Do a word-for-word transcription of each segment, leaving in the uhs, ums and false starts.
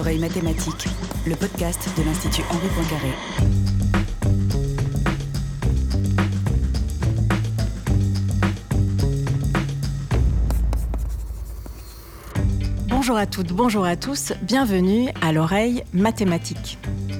l'oreille mathématique, le podcast de l'Institut Henri Poincaré. Bonjour à toutes, bonjour à tous, bienvenue à l'oreille mathématique.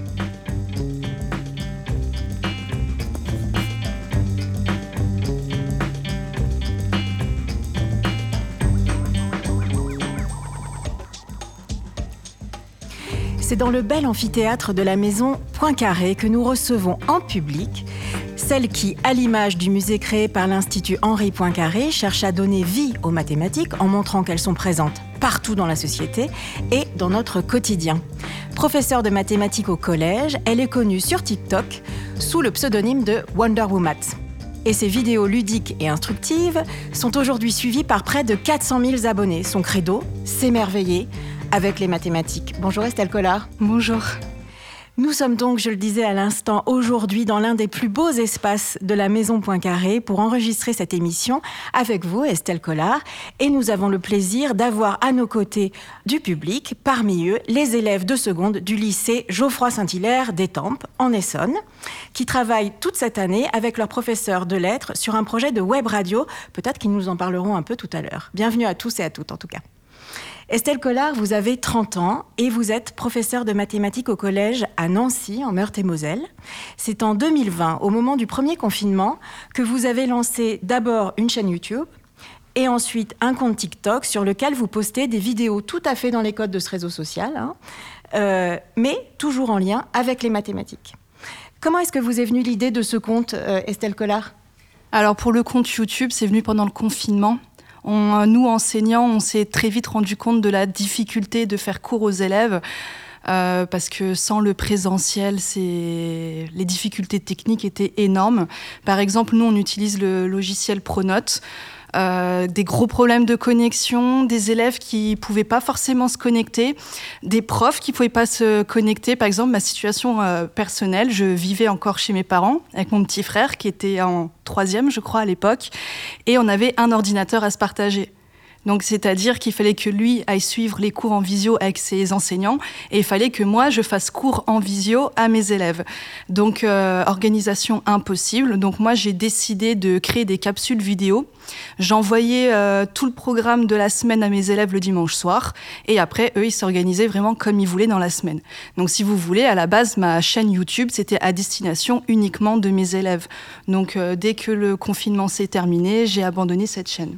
C'est dans le bel amphithéâtre de la maison Poincaré que nous recevons en public celle qui, à l'image du musée créé par l'Institut Henri Poincaré, cherche à donner vie aux mathématiques en montrant qu'elles sont présentes partout dans la société et dans notre quotidien. Professeure de mathématiques au collège, elle est connue sur TikTok sous le pseudonyme de Wonder Woman. Et ses vidéos ludiques et instructives sont aujourd'hui suivies par près de quatre cent mille abonnés. Son credo, s'émerveiller avec les mathématiques. Bonjour Estelle Collard. Bonjour. Nous sommes donc, je le disais à l'instant, aujourd'hui dans l'un des plus beaux espaces de la Maison Poincaré pour enregistrer cette émission avec vous, Estelle Collard. Et nous avons le plaisir d'avoir à nos côtés du public, parmi eux, les élèves de seconde du lycée Geoffroy-Saint-Hilaire d'Étampes, en Essonne, qui travaillent toute cette année avec leur professeur de lettres sur un projet de web radio. Peut-être qu'ils nous en parleront un peu tout à l'heure. Bienvenue à tous et à toutes, en tout cas. Estelle Collard, vous avez trente ans et vous êtes professeure de mathématiques au collège à Nancy, en Meurthe-et-Moselle. C'est en deux mille vingt, au moment du premier confinement, que vous avez lancé d'abord une chaîne YouTube et ensuite un compte TikTok sur lequel vous postez des vidéos tout à fait dans les codes de ce réseau social, hein, euh, mais toujours en lien avec les mathématiques. Comment est-ce que vous est venue l'idée de ce compte, euh, Estelle Collard ? Alors pour le compte YouTube, c'est venu pendant le confinement. On, nous, enseignants, on s'est très vite rendu compte de la difficulté de faire cours aux élèves euh, parce que sans le présentiel, c'est... les difficultés techniques étaient énormes. Par exemple, nous, on utilise le logiciel Pronote. Euh, des gros problèmes de connexion, des élèves qui ne pouvaient pas forcément se connecter, des profs qui ne pouvaient pas se connecter. Par exemple, ma situation euh, personnelle, je vivais encore chez mes parents avec mon petit frère qui était en troisième, je crois, à l'époque, et on avait un ordinateur à se partager. Donc, c'est-à-dire qu'il fallait que lui aille suivre les cours en visio avec ses enseignants et il fallait que moi, je fasse cours en visio à mes élèves. Donc, euh, organisation impossible. Donc, moi, j'ai décidé de créer des capsules vidéo. J'envoyais euh, tout le programme de la semaine à mes élèves le dimanche soir et après, eux, ils s'organisaient vraiment comme ils voulaient dans la semaine. Donc, si vous voulez, à la base, ma chaîne YouTube, c'était à destination uniquement de mes élèves. Donc, euh, dès que le confinement s'est terminé, j'ai abandonné cette chaîne.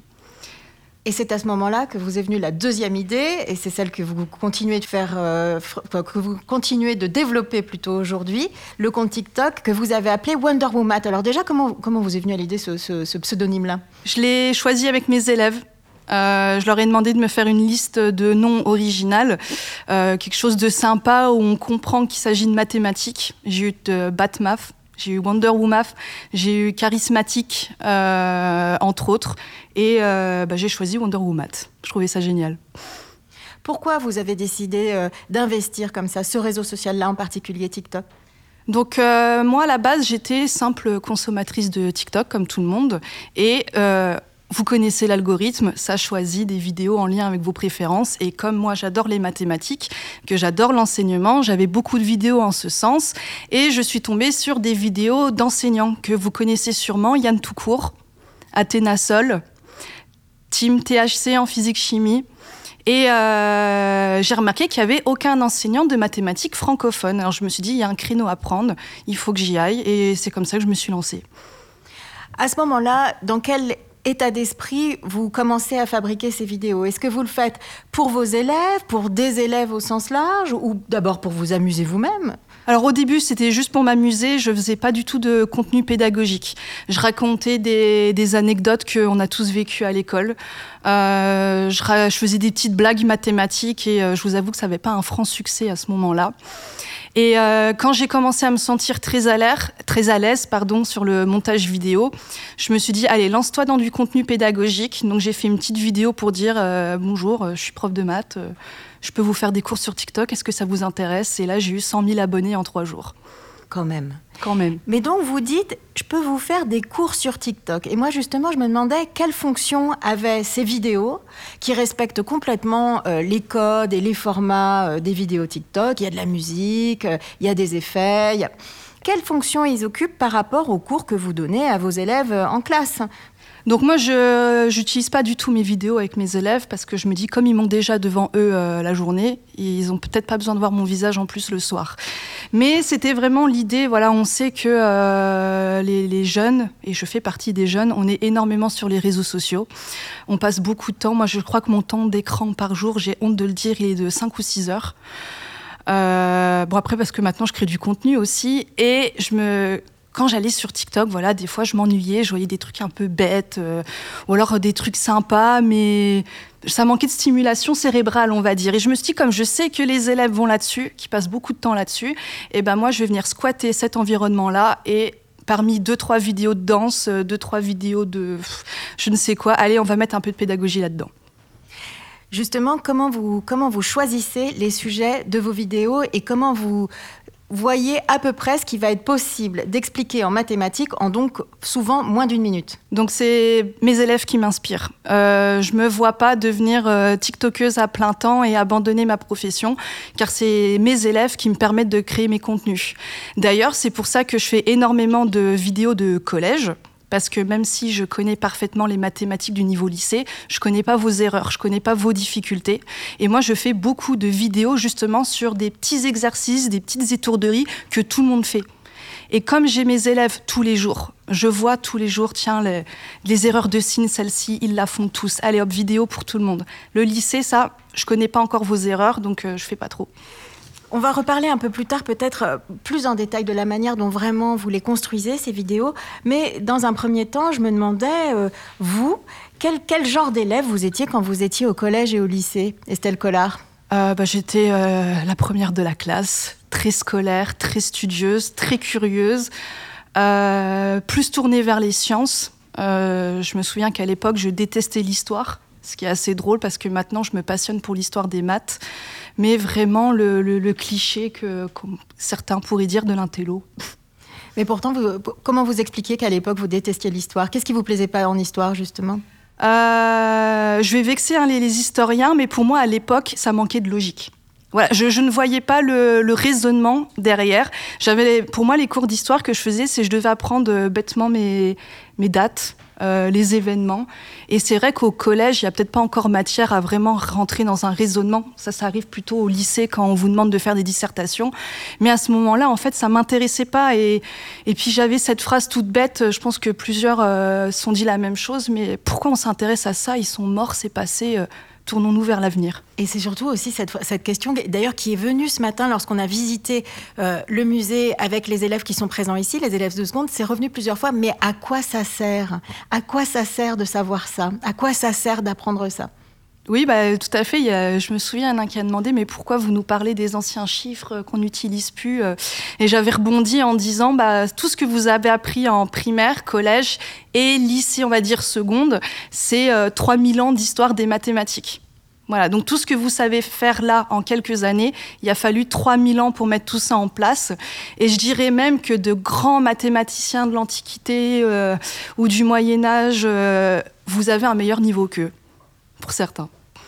Et c'est à ce moment-là que vous est venue la deuxième idée, et c'est celle que vous continuez de faire, euh, que vous continuez de développer plutôt aujourd'hui, le compte TikTok que vous avez appelé Wonder Woman. Alors déjà, comment, comment vous est venue à l'idée ce, ce, ce pseudonyme-là ? Je l'ai choisi avec mes élèves. Euh, je leur ai demandé de me faire une liste de noms originales, euh, quelque chose de sympa où on comprend qu'il s'agit de mathématiques. J'ai eu de Batmath. J'ai eu Wonder Woman, j'ai eu Charismatique, euh, entre autres, et euh, bah, j'ai choisi Wonder Woman. Je trouvais ça génial. Pourquoi vous avez décidé euh, d'investir comme ça, ce réseau social-là en particulier, TikTok ? Donc euh, moi, à la base, j'étais simple consommatrice de TikTok, comme tout le monde, et... Euh, Vous connaissez l'algorithme, ça choisit des vidéos en lien avec vos préférences. Et comme moi, j'adore les mathématiques, que j'adore l'enseignement, j'avais beaucoup de vidéos en ce sens. Et je suis tombée sur des vidéos d'enseignants que vous connaissez sûrement. Yann Toucourt, Athéna Sol, Team T H C en physique-chimie. Et euh, j'ai remarqué qu'il n'y avait aucun enseignant de mathématiques francophone. Alors je me suis dit, il y a un créneau à prendre, il faut que j'y aille. Et c'est comme ça que je me suis lancée. À ce moment-là, dans quel état d'esprit vous commencez à fabriquer ces vidéos ? Est-ce que vous le faites pour vos élèves, pour des élèves au sens large, ou d'abord pour vous amuser vous-même ? Alors au début, c'était juste pour m'amuser, je faisais pas du tout de contenu pédagogique. Je racontais des, des anecdotes qu'on a tous vécues à l'école. Euh, je, je faisais des petites blagues mathématiques et euh, je vous avoue que ça n'avait pas un franc succès à ce moment-là. Et euh, quand j'ai commencé à me sentir très à l'aise, très à l'aise pardon, sur le montage vidéo, je me suis dit, allez, lance-toi dans du contenu pédagogique. Donc j'ai fait une petite vidéo pour dire, euh, bonjour, je suis prof de maths, euh, je peux vous faire des cours sur TikTok, est-ce que ça vous intéresse ? Et là, j'ai eu cent mille abonnés en trois jours. quand même. Quand même. Mais donc, vous dites, je peux vous faire des cours sur TikTok. Et moi, justement, je me demandais quelle fonction avaient ces vidéos qui respectent complètement euh, les codes et les formats euh, des vidéos TikTok. Il y a de la musique, euh, il y a des effets. Il y a... Quelle fonction ils occupent par rapport aux cours que vous donnez à vos élèves euh, en classe ? Donc moi, je n'utilise pas du tout mes vidéos avec mes élèves parce que je me dis, comme ils m'ont déjà devant eux euh, la journée, ils n'ont peut-être pas besoin de voir mon visage en plus le soir. Mais c'était vraiment l'idée, voilà, on sait que euh, les, les jeunes, et je fais partie des jeunes, on est énormément sur les réseaux sociaux. On passe beaucoup de temps. Moi, je crois que mon temps d'écran par jour, j'ai honte de le dire, il est de cinq ou six heures. Euh, bon, après, parce que maintenant, je crée du contenu aussi. Et je me... Quand j'allais sur TikTok, voilà, des fois, je m'ennuyais, je voyais des trucs un peu bêtes, euh, ou alors des trucs sympas, mais ça manquait de stimulation cérébrale, on va dire. Et je me suis dit, comme je sais que les élèves vont là-dessus, qui passent beaucoup de temps là-dessus, et ben moi, je vais venir squatter cet environnement-là et parmi deux, trois vidéos de danse, deux, trois vidéos de je ne sais quoi, allez, on va mettre un peu de pédagogie là-dedans. Justement, comment vous, comment vous choisissez les sujets de vos vidéos et comment vous voyez à peu près ce qui va être possible d'expliquer en mathématiques en donc souvent moins d'une minute? Donc c'est mes élèves qui m'inspirent. Euh, je me vois pas devenir euh, tiktokeuse à plein temps et abandonner ma profession, car c'est mes élèves qui me permettent de créer mes contenus. D'ailleurs, c'est pour ça que je fais énormément de vidéos de collège. Parce que même si je connais parfaitement les mathématiques du niveau lycée, je connais pas vos erreurs, je connais pas vos difficultés. Et moi, je fais beaucoup de vidéos justement sur des petits exercices, des petites étourderies que tout le monde fait. Et comme j'ai mes élèves tous les jours, je vois tous les jours, tiens, les, les erreurs de signes, celles-ci, ils la font tous. Allez hop, vidéo pour tout le monde. Le lycée, ça, je connais pas encore vos erreurs, donc euh, je fais pas trop. On va reparler un peu plus tard, peut-être plus en détail de la manière dont vraiment vous les construisez, ces vidéos. Mais dans un premier temps, je me demandais, euh, vous, quel, quel genre d'élève vous étiez quand vous étiez au collège et au lycée, Estelle Collard ? euh, bah, J'étais euh, la première de la classe, très scolaire, très studieuse, très curieuse, euh, plus tournée vers les sciences. Euh, je me souviens qu'à l'époque, je détestais l'histoire, ce qui est assez drôle parce que maintenant, je me passionne pour l'histoire des maths. Mais vraiment le, le, le cliché que certains pourraient dire de l'intello. Mais pourtant, vous, comment vous expliquez qu'à l'époque, vous détestiez l'histoire ? Qu'est-ce qui ne vous plaisait pas en histoire, justement ? euh, Je vais vexer hein, les, les historiens, mais pour moi, à l'époque, ça manquait de logique. Voilà, je, je ne voyais pas le, le raisonnement derrière. J'avais, pour moi, les cours d'histoire que je faisais, c'est que je devais apprendre euh, bêtement mes, mes dates, euh, les événements. Et c'est vrai qu'au collège, il n'y a peut-être pas encore matière à vraiment rentrer dans un raisonnement. Ça, ça arrive plutôt au lycée quand on vous demande de faire des dissertations. Mais à ce moment-là, en fait, ça ne m'intéressait pas. Et, et puis, j'avais cette phrase toute bête. Je pense que plusieurs euh, se sont dit la même chose. Mais pourquoi on s'intéresse à ça ? Ils sont morts, c'est passé. Euh, Tournons-nous vers l'avenir. Et c'est surtout aussi cette, cette question, d'ailleurs, qui est venue ce matin lorsqu'on a visité euh, le musée avec les élèves qui sont présents ici, les élèves de seconde, c'est revenu plusieurs fois. Mais à quoi ça sert ? À quoi ça sert de savoir ça ? À quoi ça sert d'apprendre ça ? Oui, bah, tout à fait. Il y a, je me souviens d'un qui a demandé « Mais pourquoi vous nous parlez des anciens chiffres qu'on n'utilise plus ?» Et j'avais rebondi en disant bah, « Tout ce que vous avez appris en primaire, collège et lycée, on va dire seconde, c'est euh, trois mille ans d'histoire des mathématiques. » Voilà, donc tout ce que vous savez faire là en quelques années, il a fallu trois mille ans pour mettre tout ça en place. Et je dirais même que de grands mathématiciens de l'Antiquité euh, ou du Moyen-Âge, euh, vous avez un meilleur niveau qu'eux. Pour certains.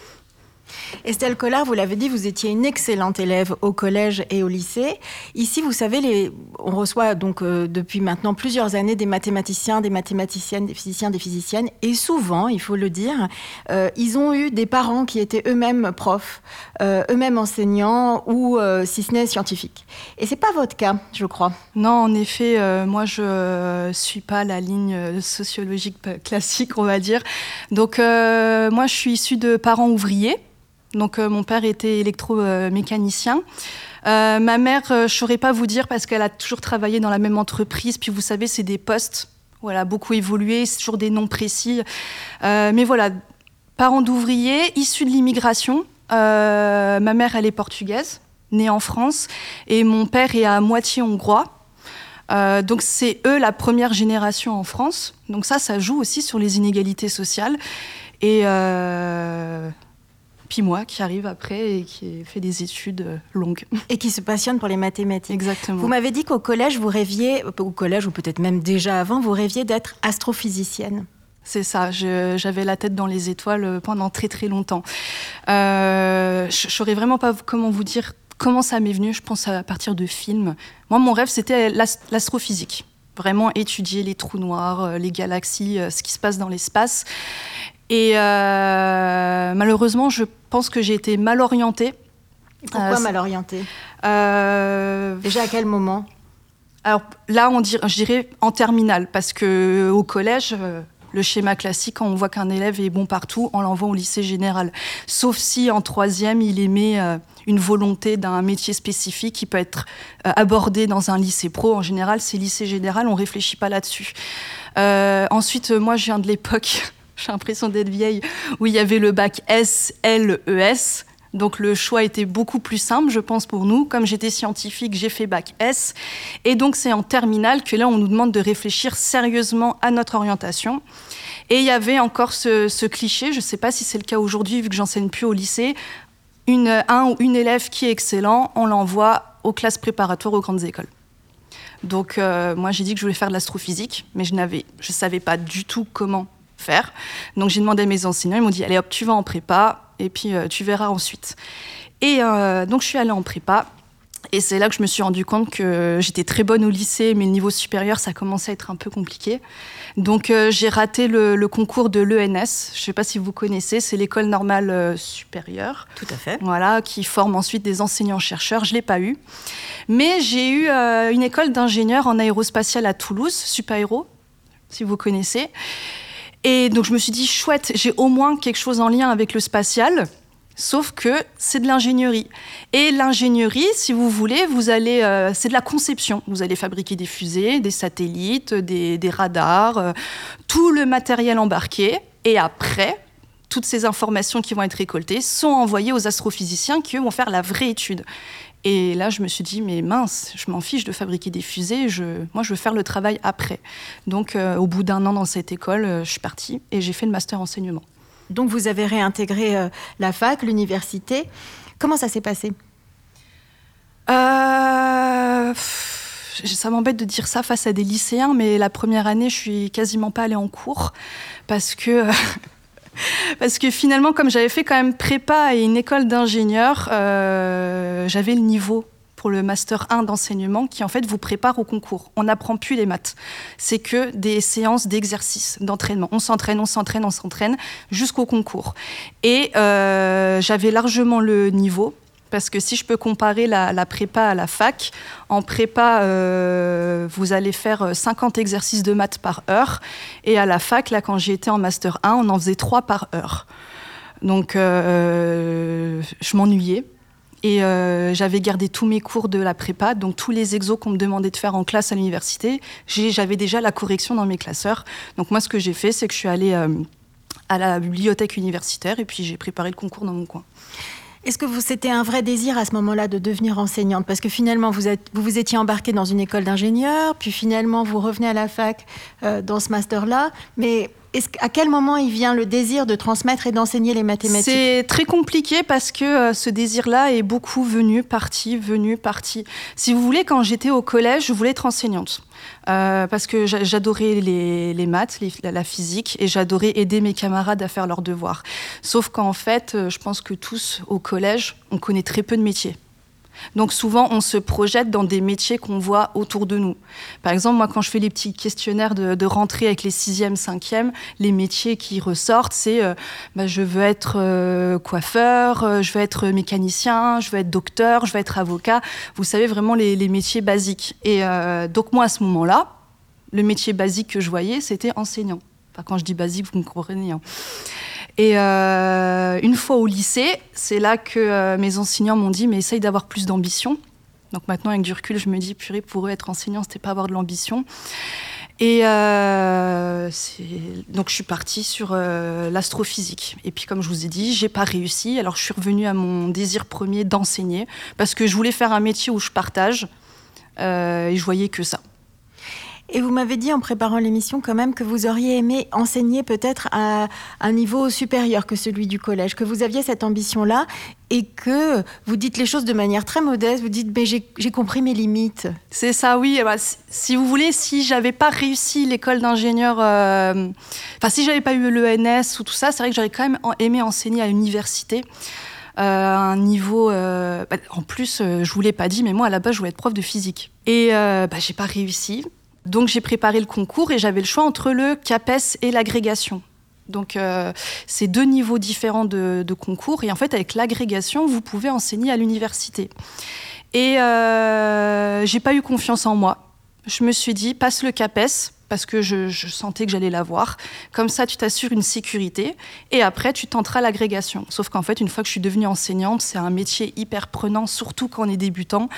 Estelle Collard, vous l'avez dit, vous étiez une excellente élève au collège et au lycée. Ici, vous savez, les... on reçoit donc euh, depuis maintenant plusieurs années des mathématiciens, des mathématiciennes, des physiciens, des physiciennes. Et souvent, il faut le dire, euh, ils ont eu des parents qui étaient eux-mêmes profs, euh, eux-mêmes enseignants ou, euh, si ce n'est, scientifiques. Et ce n'est pas votre cas, je crois. Non, en effet, euh, moi, je ne suis pas la ligne sociologique classique, on va dire. Donc, euh, moi, je suis issue de parents ouvriers. Donc, euh, mon père était électromécanicien. Euh, ma mère, euh, je ne saurais pas vous dire parce qu'elle a toujours travaillé dans la même entreprise. Puis, vous savez, c'est des postes. Voilà, beaucoup évolué. C'est toujours des noms précis. Euh, mais voilà, parents d'ouvriers, issus de l'immigration. Euh, ma mère, elle est portugaise, née en France. Et mon père est à moitié hongrois. Euh, donc, c'est eux la première génération en France. Donc, ça, ça joue aussi sur les inégalités sociales. Et... Euh puis moi qui arrive après et qui fait des études euh, longues. Et qui se passionne pour les mathématiques. Exactement. Vous m'avez dit qu'au collège, vous rêviez, au collège ou peut-être même déjà avant, vous rêviez d'être astrophysicienne. C'est ça, je, j'avais la tête dans les étoiles pendant très très longtemps. Euh, je ne saurais vraiment pas comment vous dire comment ça m'est venu, je pense à partir de films. Moi, mon rêve, c'était l'ast- l'astrophysique. Vraiment étudier les trous noirs, les galaxies, ce qui se passe dans l'espace. Et euh, malheureusement, je pense que j'ai été mal orientée. Pourquoi euh, mal orientée euh, Déjà, à quel moment? Alors là, on dirait, je dirais en terminale, parce qu'au collège... Euh, le schéma classique, quand on voit qu'un élève est bon partout, on l'envoie au lycée général. Sauf si, en troisième, il émet euh, une volonté d'un métier spécifique qui peut être euh, abordé dans un lycée pro. En général, c'est lycée général, on ne réfléchit pas là-dessus. Euh, ensuite, moi, je viens de l'époque, j'ai l'impression d'être vieille, où il y avait le bac S, L, E S. Donc le choix était beaucoup plus simple, je pense, pour nous. Comme j'étais scientifique, j'ai fait bac S. Et donc c'est en terminale que là, on nous demande de réfléchir sérieusement à notre orientation. Et il y avait encore ce, ce cliché, je ne sais pas si c'est le cas aujourd'hui, vu que j'enseigne plus au lycée, une, un ou une élève qui est excellent, on l'envoie aux classes préparatoires aux grandes écoles. Donc euh, moi, j'ai dit que je voulais faire de l'astrophysique, mais je ne savais pas du tout comment faire. Donc j'ai demandé à mes enseignants, ils m'ont dit « Allez hop, tu vas en prépa ». Et puis euh, tu verras ensuite. Et euh, donc je suis allée en prépa, et c'est là que je me suis rendu compte que j'étais très bonne au lycée, mais le niveau supérieur, ça commençait à être un peu compliqué. Donc euh, j'ai raté le, le concours de l'E N S, je ne sais pas si vous connaissez, c'est l'école normale euh, supérieure. Tout à fait. Voilà, qui forme ensuite des enseignants-chercheurs, je ne l'ai pas eu. Mais j'ai eu euh, une école d'ingénieur en aérospatial à Toulouse, Supaéro, si vous connaissez. Et donc, je me suis dit, chouette, j'ai au moins quelque chose en lien avec le spatial, sauf que c'est de l'ingénierie. Et l'ingénierie, si vous voulez, vous allez, euh, c'est de la conception. Vous allez fabriquer des fusées, des satellites, des, des radars, euh, tout le matériel embarqué. Et après, toutes ces informations qui vont être récoltées sont envoyées aux astrophysiciens qui, eux, vont faire la vraie étude. Et là, je me suis dit, mais mince, je m'en fiche de fabriquer des fusées, je, moi, je veux faire le travail après. Donc, euh, au bout d'un an dans cette école, euh, je suis partie et j'ai fait le master enseignement. Donc, vous avez réintégré euh, la fac, l'université. Comment ça s'est passé ? euh, Ça m'embête de dire ça face à des lycéens, mais la première année, je suis quasiment pas allée en cours parce que... Parce que finalement, comme j'avais fait quand même prépa et une école d'ingénieur, euh, j'avais le niveau pour le master un d'enseignement qui en fait vous prépare au concours. On n'apprend plus les maths. C'est que des séances d'exercice, d'entraînement. On s'entraîne, on s'entraîne, on s'entraîne jusqu'au concours. Et euh, j'avais largement le niveau. Parce que si je peux comparer la, la prépa à la fac, en prépa, euh, vous allez faire cinquante exercices de maths par heure. Et à la fac, là, quand j'y étais en master un, on en faisait trois par heure. Donc, euh, je m'ennuyais. Et euh, j'avais gardé tous mes cours de la prépa, donc tous les exos qu'on me demandait de faire en classe à l'université, j'ai, j'avais déjà la correction dans mes classeurs. Donc moi, ce que j'ai fait, c'est que je suis allée euh, à la bibliothèque universitaire et puis j'ai préparé le concours dans mon coin. Est-ce que vous, c'était un vrai désir à ce moment-là de devenir enseignante ? Parce que finalement, vous, êtes, vous vous étiez embarquée dans une école d'ingénieur, puis finalement, vous revenez à la fac euh, dans ce master-là. Mais est-ce, à quel moment il vient le désir de transmettre et d'enseigner les mathématiques ? C'est très compliqué parce que euh, ce désir-là est beaucoup venu, parti, venu, parti. Si vous voulez, quand j'étais au collège, je voulais être enseignante. Euh, parce que j'adorais les, les maths, les, la physique, et j'adorais aider mes camarades à faire leurs devoirs. Sauf qu'en fait, je pense que tous, au collège, on connaît très peu de métiers. Donc souvent, on se projette dans des métiers qu'on voit autour de nous. Par exemple, moi, quand je fais les petits questionnaires de, de rentrée avec les sixièmes, cinquièmes, les métiers qui ressortent, c'est euh, bah, je veux être euh, coiffeur, euh, je veux être mécanicien, je veux être docteur, je veux être avocat. Vous savez, vraiment les, les métiers basiques. Et euh, donc moi, à ce moment-là, le métier basique que je voyais, c'était enseignant. Enfin, quand je dis basique, vous me comprenez, hein. Et euh, une fois au lycée, c'est là que euh, mes enseignants m'ont dit « mais essaye d'avoir plus d'ambition ». Donc maintenant, avec du recul, je me dis « purée, pour eux, être enseignant, c'était pas avoir de l'ambition ». Et euh, c'est... donc je suis partie sur euh, l'astrophysique. Et puis comme je vous ai dit, j'ai pas réussi. Alors je suis revenue à mon désir premier d'enseigner parce que je voulais faire un métier où je partage euh, et je voyais que ça. Et vous m'avez dit en préparant l'émission quand même que vous auriez aimé enseigner peut-être à un niveau supérieur que celui du collège, que vous aviez cette ambition-là et que vous dites les choses de manière très modeste, vous dites ben, j'ai, j'ai compris mes limites. C'est ça, oui. Bah, si vous voulez, si j'avais pas réussi l'école d'ingénieur, euh... enfin si j'avais pas eu l'E N S ou tout ça, c'est vrai que j'aurais quand même aimé enseigner à l'université. Euh, à un niveau... Euh, bah, en plus, euh, je vous l'ai pas dit, mais moi, à la base, je voulais être prof de physique. Et euh, bah, j'ai pas réussi. Donc, j'ai préparé le concours et j'avais le choix entre le CAPES et l'agrégation. Donc, euh, c'est deux niveaux différents de, de concours. Et en fait, avec l'agrégation, vous pouvez enseigner à l'université. Et euh, j'ai pas eu confiance en moi. Je me suis dit, passe le CAPES, parce que je, je sentais que j'allais l'avoir. Comme ça, tu t'assures une sécurité. Et après, tu tenteras l'agrégation. Sauf qu'en fait, une fois que je suis devenue enseignante, c'est un métier hyper prenant, surtout quand on est débutant.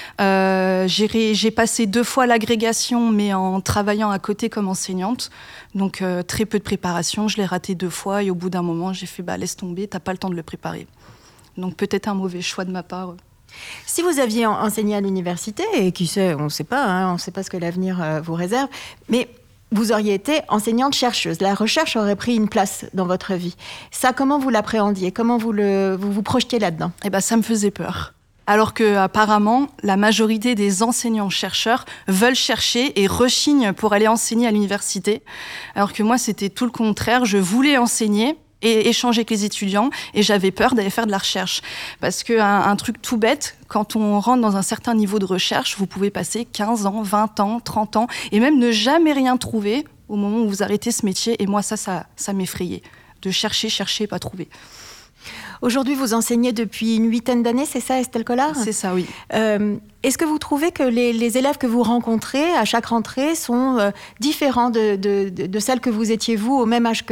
Euh, j'ai, j'ai passé deux fois l'agrégation, mais en travaillant à côté comme enseignante. Donc, euh, très peu de préparation. Je l'ai raté deux fois. Et au bout d'un moment, j'ai fait, bah, laisse tomber, t'as pas le temps de le préparer. Donc, peut-être un mauvais choix de ma part. Si vous aviez enseigné à l'université, et qui sait, on ne sait pas, hein, on ne sait pas ce que l'avenir euh, vous réserve, mais vous auriez été enseignante-chercheuse. La recherche aurait pris une place dans votre vie. Ça, comment vous l'appréhendiez ? Comment vous, le, vous vous projetiez là-dedans ? Eh ben, ça me faisait peur. Alors qu'apparemment, la majorité des enseignants-chercheurs veulent chercher et rechignent pour aller enseigner à l'université. Alors que moi, c'était tout le contraire. Je voulais enseigner et échanger avec les étudiants, et j'avais peur d'aller faire de la recherche. Parce qu'un un truc tout bête, quand on rentre dans un certain niveau de recherche, vous pouvez passer quinze ans, vingt ans, trente ans, et même ne jamais rien trouver au moment où vous arrêtez ce métier. Et moi, ça, ça, ça m'effrayait, de chercher, chercher, pas trouver. Aujourd'hui, vous enseignez depuis une huitaine d'années, c'est ça, Estelle Collard ? C'est ça, oui. Euh, est-ce que vous trouvez que les, les élèves que vous rencontrez à chaque rentrée sont euh, différents de, de, de, de celles que vous étiez, vous, au même âge qu'eux ?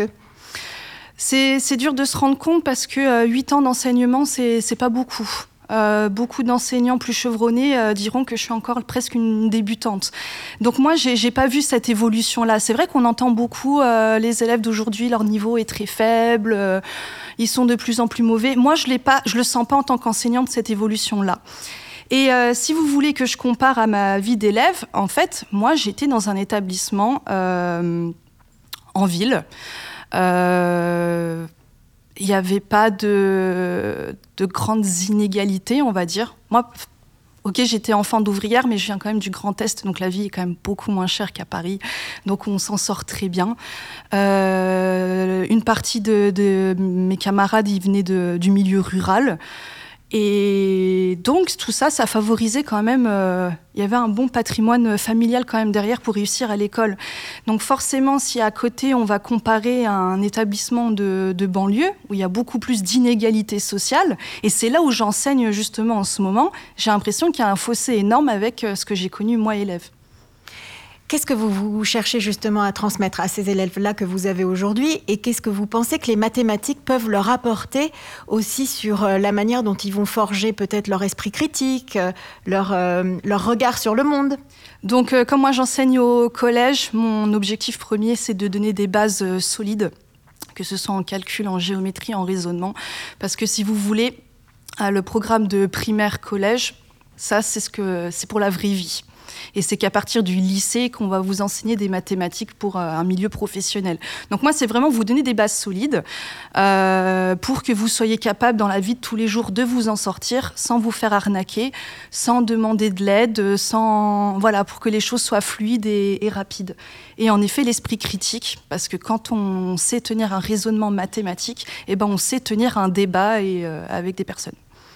C'est, c'est dur de se rendre compte parce que euh, huit ans d'enseignement, c'est, c'est pas beaucoup. Euh, beaucoup d'enseignants plus chevronnés euh, diront que je suis encore presque une débutante. Donc moi, j'ai, j'ai pas vu cette évolution-là. C'est vrai qu'on entend beaucoup euh, les élèves d'aujourd'hui, leur niveau est très faible, euh, ils sont de plus en plus mauvais. Moi, je l'ai pas, je le sens pas en tant qu'enseignante, cette évolution-là. Et euh, si vous voulez que je compare à ma vie d'élève, en fait, moi, j'étais dans un établissement euh, en ville. Il euh, n'y avait pas de, de grandes inégalités, on va dire. Moi, ok, j'étais enfant d'ouvrière, mais je viens quand même du Grand Est, donc la vie est quand même beaucoup moins chère qu'à Paris. Donc on s'en sort très bien. Euh, une partie de, de mes camarades, ils venaient de, du milieu rural. Et donc, tout ça, ça favorisait quand même... Euh, il y avait un bon patrimoine familial quand même derrière pour réussir à l'école. Donc forcément, si à côté, on va comparer à un établissement de, de banlieue, où il y a beaucoup plus d'inégalités sociales, et c'est là où j'enseigne justement en ce moment, j'ai l'impression qu'il y a un fossé énorme avec ce que j'ai connu, moi, élève. Qu'est-ce que vous, vous cherchez justement à transmettre à ces élèves-là que vous avez aujourd'hui, et qu'est-ce que vous pensez que les mathématiques peuvent leur apporter aussi sur la manière dont ils vont forger peut-être leur esprit critique, leur, euh, leur regard sur le monde ? Donc, euh, comme moi j'enseigne au collège, mon objectif premier, c'est de donner des bases euh, solides, que ce soit en calcul, en géométrie, en raisonnement, parce que si vous voulez, euh, le programme de primaire-collège, ça, c'est, ce que, c'est pour la vraie vie. Et c'est qu'à partir du lycée qu'on va vous enseigner des mathématiques pour euh, un milieu professionnel. Donc moi, c'est vraiment vous donner des bases solides euh, pour que vous soyez capable dans la vie de tous les jours de vous en sortir sans vous faire arnaquer, sans demander de l'aide, sans voilà, pour que les choses soient fluides et, et rapides. Et en effet, l'esprit critique, parce que quand on sait tenir un raisonnement mathématique, eh ben on sait tenir un débat et, euh, avec des personnes.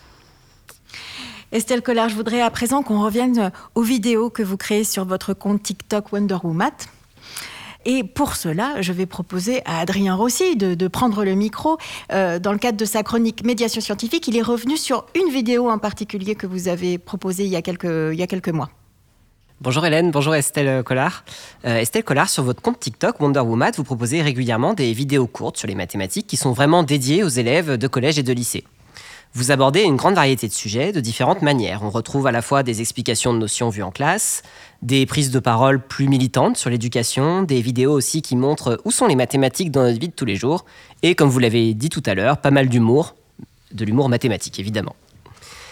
Estelle Collard, je voudrais à présent qu'on revienne aux vidéos que vous créez sur votre compte TikTok Wonder Woman. Et pour cela, je vais proposer à Adrien Rossi de, de prendre le micro. Euh, dans le cadre de sa chronique Médiation scientifique, il est revenu sur une vidéo en particulier que vous avez proposée il y a quelques, il y a quelques mois. Bonjour Hélène, bonjour Estelle Collard. Euh, Estelle Collard, sur votre compte TikTok Wonder Woman, vous proposez régulièrement des vidéos courtes sur les mathématiques qui sont vraiment dédiées aux élèves de collège et de lycée. Vous abordez une grande variété de sujets de différentes manières. On retrouve à la fois des explications de notions vues en classe, des prises de parole plus militantes sur l'éducation, des vidéos aussi qui montrent où sont les mathématiques dans notre vie de tous les jours, et comme vous l'avez dit tout à l'heure, pas mal d'humour, de l'humour mathématique évidemment.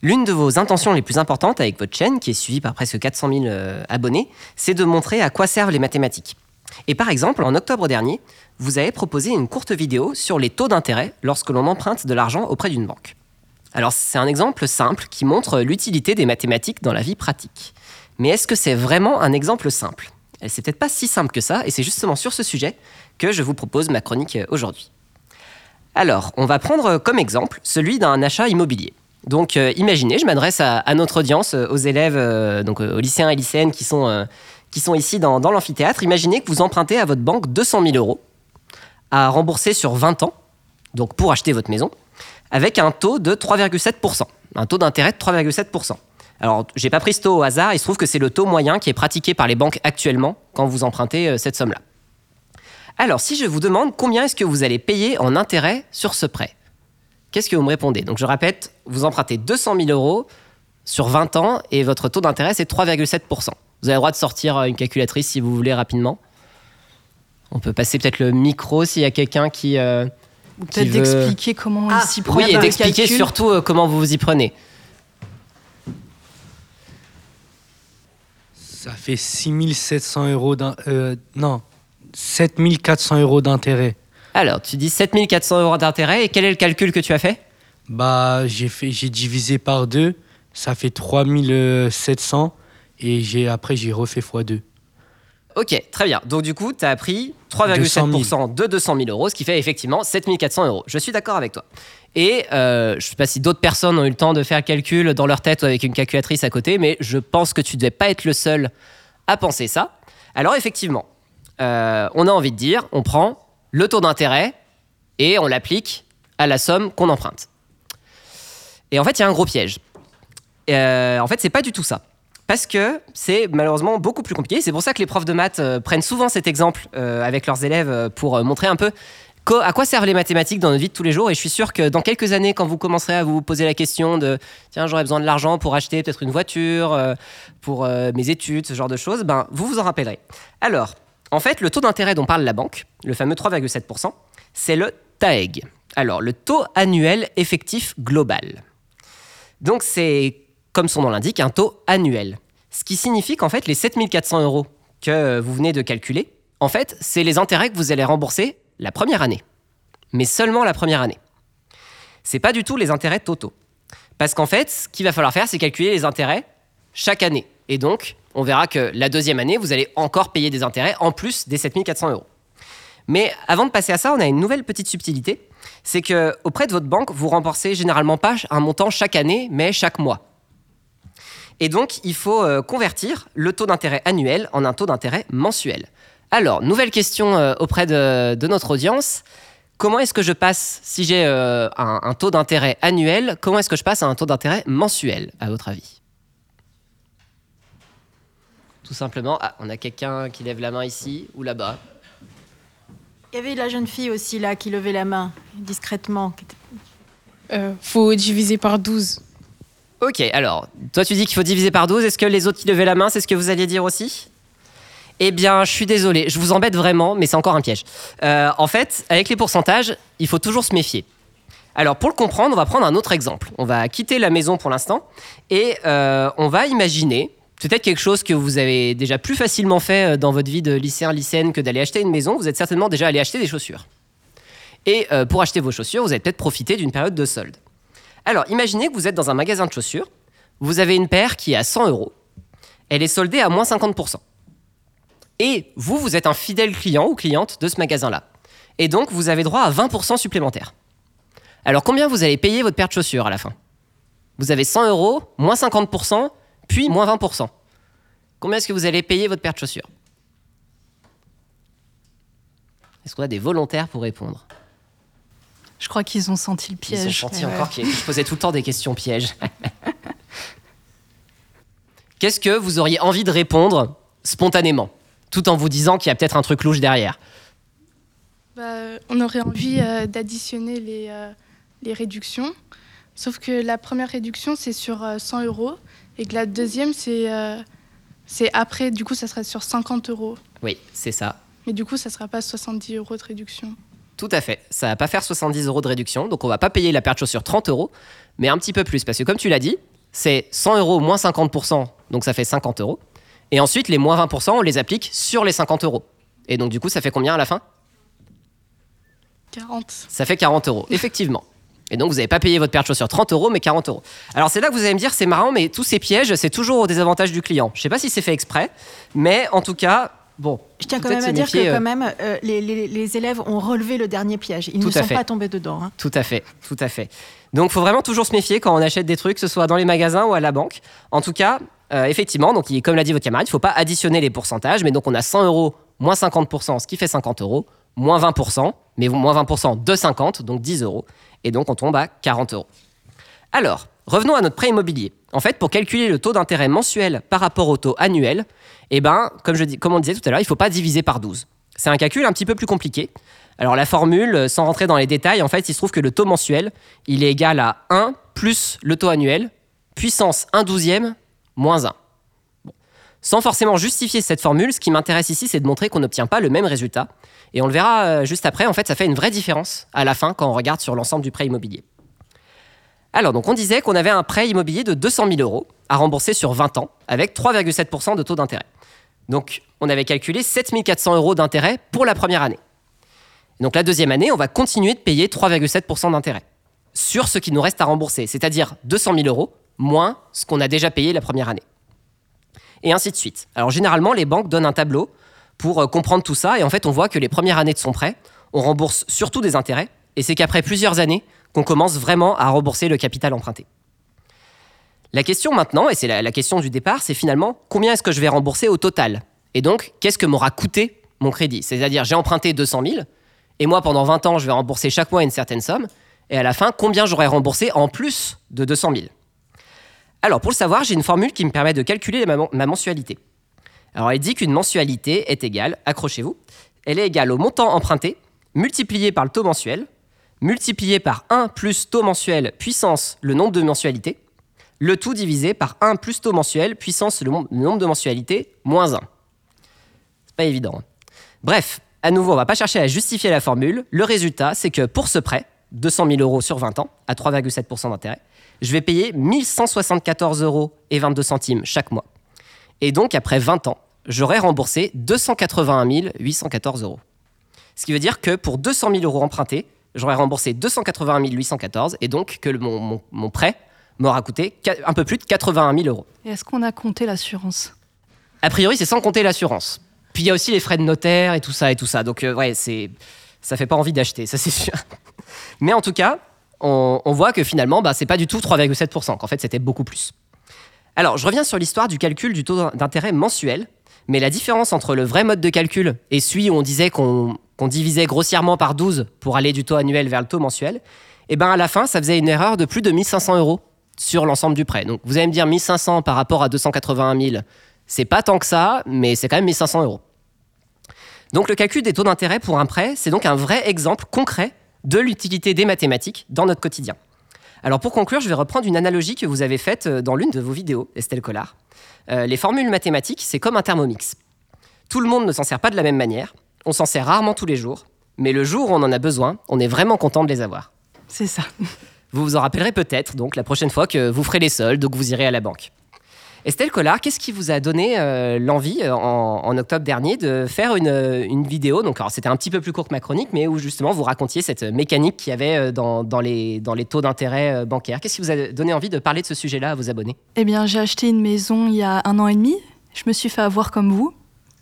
L'une de vos intentions les plus importantes avec votre chaîne, qui est suivie par presque quatre cent mille euh, abonnés, c'est de montrer à quoi servent les mathématiques. Et par exemple, en octobre dernier, vous avez proposé une courte vidéo sur les taux d'intérêt lorsque l'on emprunte de l'argent auprès d'une banque. Alors c'est un exemple simple qui montre l'utilité des mathématiques dans la vie pratique. Mais est-ce que c'est vraiment un exemple simple ? C'est peut-être pas si simple que ça, et c'est justement sur ce sujet que je vous propose ma chronique aujourd'hui. Alors, on va prendre comme exemple celui d'un achat immobilier. Donc euh, imaginez, je m'adresse à, à notre audience, aux élèves, euh, donc euh, aux lycéens et lycéennes qui sont, euh, qui sont ici dans, dans l'amphithéâtre. Imaginez que vous empruntez à votre banque deux cent mille euros à rembourser sur vingt ans, donc pour acheter votre maison, avec un taux de trois virgule sept pour cent, un taux d'intérêt de trois virgule sept pour cent. Alors, j'ai pas pris ce taux au hasard, il se trouve que c'est le taux moyen qui est pratiqué par les banques actuellement quand vous empruntez euh, cette somme-là. Alors, si je vous demande combien est-ce que vous allez payer en intérêt sur ce prêt ? Qu'est-ce que vous me répondez ? Donc je répète, vous empruntez deux cent mille euros sur vingt ans et votre taux d'intérêt c'est trois virgule sept pour cent. Vous avez le droit de sortir une calculatrice si vous voulez rapidement. On peut passer peut-être le micro s'il y a quelqu'un qui... Euh, Ou peut-être qui veut... d'expliquer comment Ah, il s'y prend. Oui, et dans le d'expliquer calcul. surtout euh, comment vous vous y prenez. Ça fait six mille sept cents euros d'in- euh, non, sept mille quatre cents euros d'intérêt. Alors, tu dis sept mille quatre cents euros d'intérêt et quel est le calcul que tu as fait ? Bah, j'ai fait, j'ai divisé par deux, ça fait trois mille sept cents et j'ai, après j'ai refait fois deux. Ok, très bien. Donc du coup, tu as pris trois virgule sept pour cent de deux cent mille euros, ce qui fait effectivement sept mille quatre cents euros. Je suis d'accord avec toi. Et euh, je ne sais pas si d'autres personnes ont eu le temps de faire le calcul dans leur tête ou avec une calculatrice à côté, mais je pense que tu ne devais pas être le seul à penser ça. Alors effectivement, euh, on a envie de dire, on prend le taux d'intérêt et on l'applique à la somme qu'on emprunte. Et en fait, il y a un gros piège. Euh, en fait, c'est pas du tout ça. Parce que c'est malheureusement beaucoup plus compliqué. C'est pour ça que les profs de maths euh, prennent souvent cet exemple euh, avec leurs élèves euh, pour euh, montrer un peu co- à quoi servent les mathématiques dans notre vie de tous les jours. Et je suis sûr que dans quelques années, quand vous commencerez à vous poser la question de « Tiens, j'aurais besoin de l'argent pour acheter peut-être une voiture, euh, pour euh, mes études, ce genre de choses », ben, vous vous en rappellerez. Alors, en fait, le taux d'intérêt dont parle la banque, le fameux trois virgule sept pour cent, c'est le T A E G. Alors, le taux annuel effectif global. Donc, c'est, comme son nom l'indique, un taux annuel. Ce qui signifie qu'en fait, les sept mille quatre cents euros que vous venez de calculer, en fait, c'est les intérêts que vous allez rembourser la première année. Mais seulement la première année. C'est pas du tout les intérêts totaux. Parce qu'en fait, ce qu'il va falloir faire, c'est calculer les intérêts chaque année. Et donc, on verra que la deuxième année, vous allez encore payer des intérêts en plus des sept mille quatre cents euros. Mais avant de passer à ça, on a une nouvelle petite subtilité. C'est qu'auprès de votre banque, vous remboursez généralement pas un montant chaque année, mais chaque mois. Et donc, il faut euh, convertir le taux d'intérêt annuel en un taux d'intérêt mensuel. Alors, nouvelle question euh, auprès de, de notre audience. Comment est-ce que je passe, si j'ai euh, un, un taux d'intérêt annuel, comment est-ce que je passe à un taux d'intérêt mensuel, à votre avis ? Tout simplement, ah, on a quelqu'un qui lève la main ici ou là-bas. Il y avait la jeune fille aussi là qui levait la main discrètement. Euh, faut diviser par douze. Ok, alors, toi tu dis qu'il faut diviser par douze. Est-ce que les autres qui levaient la main, c'est ce que vous alliez dire aussi ? Eh bien, je suis désolé, je vous embête vraiment, mais c'est encore un piège. Euh, en fait, avec les pourcentages, il faut toujours se méfier. Alors, pour le comprendre, on va prendre un autre exemple. On va quitter la maison pour l'instant et euh, on va imaginer peut-être quelque chose que vous avez déjà plus facilement fait dans votre vie de lycéen, lycéenne que d'aller acheter une maison. Vous êtes certainement déjà allé acheter des chaussures. Et euh, pour acheter vos chaussures, vous avez peut-être profité d'une période de solde. Alors, imaginez que vous êtes dans un magasin de chaussures, vous avez une paire qui est à cent euros, elle est soldée à moins cinquante pour cent. Et vous, vous êtes un fidèle client ou cliente de ce magasin-là. Et donc, vous avez droit à vingt pour cent supplémentaire. Alors, combien vous allez payer votre paire de chaussures à la fin ? Vous avez cent euros, moins cinquante pour cent, puis moins vingt pour cent. Combien est-ce que vous allez payer votre paire de chaussures ? Est-ce qu'on a des volontaires pour répondre ? Je crois qu'ils ont senti le piège. Ils ont senti encore que je posais tout le temps des questions pièges. Qu'est-ce que vous auriez envie de répondre spontanément, tout en vous disant qu'il y a peut-être un truc louche derrière ? Bah, on aurait envie euh, d'additionner les, euh, les réductions, sauf que la première réduction, c'est sur euh, cent euros, et que la deuxième, c'est, euh, c'est après, du coup, ça sera sur cinquante euros. Oui, c'est ça. Mais du coup, ça ne sera pas soixante-dix euros de réduction. Tout à fait. Ça va pas faire soixante-dix euros de réduction, donc on va pas payer la paire de chaussures trente euros, mais un petit peu plus, parce que comme tu l'as dit, c'est cent euros moins cinquante pour cent, donc ça fait cinquante euros. Et ensuite, les moins vingt pour cent, on les applique sur les cinquante euros. Et donc, du coup, ça fait combien à la fin ? quarante. Ça fait quarante euros, effectivement. Et donc, vous n'avez pas payé votre paire de chaussures trente euros, mais quarante euros. Alors, c'est là que vous allez me dire, c'est marrant, mais tous ces pièges, c'est toujours au désavantage du client. Je ne sais pas si c'est fait exprès, mais en tout cas, bon. Je tiens quand même à dire méfier, que euh... quand même, euh, les, les, les élèves ont relevé le dernier piège. Ils tout ne sont fait. pas tombés dedans. Hein. Tout à fait, tout à fait. Donc, il faut vraiment toujours se méfier quand on achète des trucs, que ce soit dans les magasins ou à la banque. En tout cas, euh, effectivement, donc, comme l'a dit votre camarade, il ne faut pas additionner les pourcentages, mais donc on a cent euros moins cinquante pour cent, ce qui fait cinquante euros, moins vingt pour cent, mais moins vingt pour cent de cinquante, donc dix euros. Et donc, on tombe à quarante euros. Alors, revenons à notre prêt immobilier. En fait, pour calculer le taux d'intérêt mensuel par rapport au taux annuel, eh ben, comme, je dis, comme on disait tout à l'heure, il ne faut pas diviser par douze. C'est un calcul un petit peu plus compliqué. Alors, la formule, sans rentrer dans les détails, en fait, il se trouve que le taux mensuel, il est égal à un plus le taux annuel, puissance un douzième, moins un. Bon. Sans forcément justifier cette formule, ce qui m'intéresse ici, c'est de montrer qu'on n'obtient pas le même résultat. Et on le verra euh, juste après, en fait, ça fait une vraie différence à la fin quand on regarde sur l'ensemble du prêt immobilier. Alors, donc, on disait qu'on avait un prêt immobilier de deux cent mille euros à rembourser sur vingt ans avec trois virgule sept pour cent de taux d'intérêt. Donc, on avait calculé sept mille quatre cents euros d'intérêt pour la première année. Donc, la deuxième année, on va continuer de payer trois virgule sept pour cent d'intérêt sur ce qui nous reste à rembourser, c'est-à-dire deux cent mille euros moins ce qu'on a déjà payé la première année. Et ainsi de suite. Alors, généralement, les banques donnent un tableau pour comprendre tout ça. Et en fait, on voit que les premières années de son prêt, on rembourse surtout des intérêts. Et c'est qu'après plusieurs années qu'on commence vraiment à rembourser le capital emprunté. La question maintenant, et c'est la, la question du départ, c'est finalement combien est-ce que je vais rembourser au total ? Et donc, qu'est-ce que m'aura coûté mon crédit ? C'est-à-dire, j'ai emprunté deux cent mille, et moi, pendant vingt ans, je vais rembourser chaque mois une certaine somme. Et à la fin, combien j'aurai remboursé en plus de deux cent mille ? Alors, pour le savoir, j'ai une formule qui me permet de calculer ma, ma mensualité. Alors, elle dit qu'une mensualité est égale, accrochez-vous, elle est égale au montant emprunté, multiplié par le taux mensuel, multiplié par un plus taux mensuel puissance le nombre de mensualités, le tout divisé par un plus taux mensuel puissance le, le nombre de mensualités moins un. C'est pas évident. Hein. Bref, à nouveau, on va pas chercher à justifier la formule. Le résultat, c'est que pour ce prêt, deux cent mille euros sur vingt ans, à trois virgule sept pour cent d'intérêt, je vais payer mille cent soixante-quatorze euros et vingt-deux centimes chaque mois. Et donc, après vingt ans, j'aurai remboursé deux cent quatre-vingt-un mille huit cent quatorze euros. Ce qui veut dire que pour deux cent mille euros empruntés, j'aurais remboursé deux cent quatre-vingt-un mille huit cent quatorze et donc que mon, mon, mon prêt m'aura coûté un peu plus de quatre-vingt-un mille euros. Et est-ce qu'on a compté l'assurance ? A priori, c'est sans compter l'assurance. Puis il y a aussi les frais de notaire et tout ça et tout ça. Donc, euh, ouais, c'est, ça fait pas envie d'acheter, ça c'est sûr. Mais en tout cas, on, on voit que finalement, bah, c'est pas du tout trois virgule sept pour cent, qu'en fait, c'était beaucoup plus. Alors, je reviens sur l'histoire du calcul du taux d'intérêt mensuel. Mais la différence entre le vrai mode de calcul et celui où on disait qu'on, qu'on divisait grossièrement par douze pour aller du taux annuel vers le taux mensuel, eh ben à la fin, ça faisait une erreur de plus de mille cinq cents euros sur l'ensemble du prêt. Donc vous allez me dire mille cinq cents par rapport à deux cent quatre-vingt-un mille, c'est pas tant que ça, mais c'est quand même mille cinq cents euros. Donc le calcul des taux d'intérêt pour un prêt, c'est donc un vrai exemple concret de l'utilité des mathématiques dans notre quotidien. Alors pour conclure, je vais reprendre une analogie que vous avez faite dans l'une de vos vidéos, Estelle Collard. Euh, les formules mathématiques, c'est comme un Thermomix. Tout le monde ne s'en sert pas de la même manière, on s'en sert rarement tous les jours, mais le jour où on en a besoin, on est vraiment content de les avoir. C'est ça. Vous vous en rappellerez peut-être, donc, la prochaine fois que vous ferez les soldes, donc vous irez à la banque. Estelle Collard, qu'est-ce qui vous a donné euh, l'envie, euh, en, en octobre dernier, de faire une, une vidéo, donc alors, c'était un petit peu plus court que ma chronique, mais où justement vous racontiez cette mécanique qu'il y avait dans, dans, les, dans les taux d'intérêt bancaires. Qu'est-ce qui vous a donné envie de parler de ce sujet-là à vos abonnés ? Eh bien, j'ai acheté une maison il y a un an et demi. Je me suis fait avoir comme vous.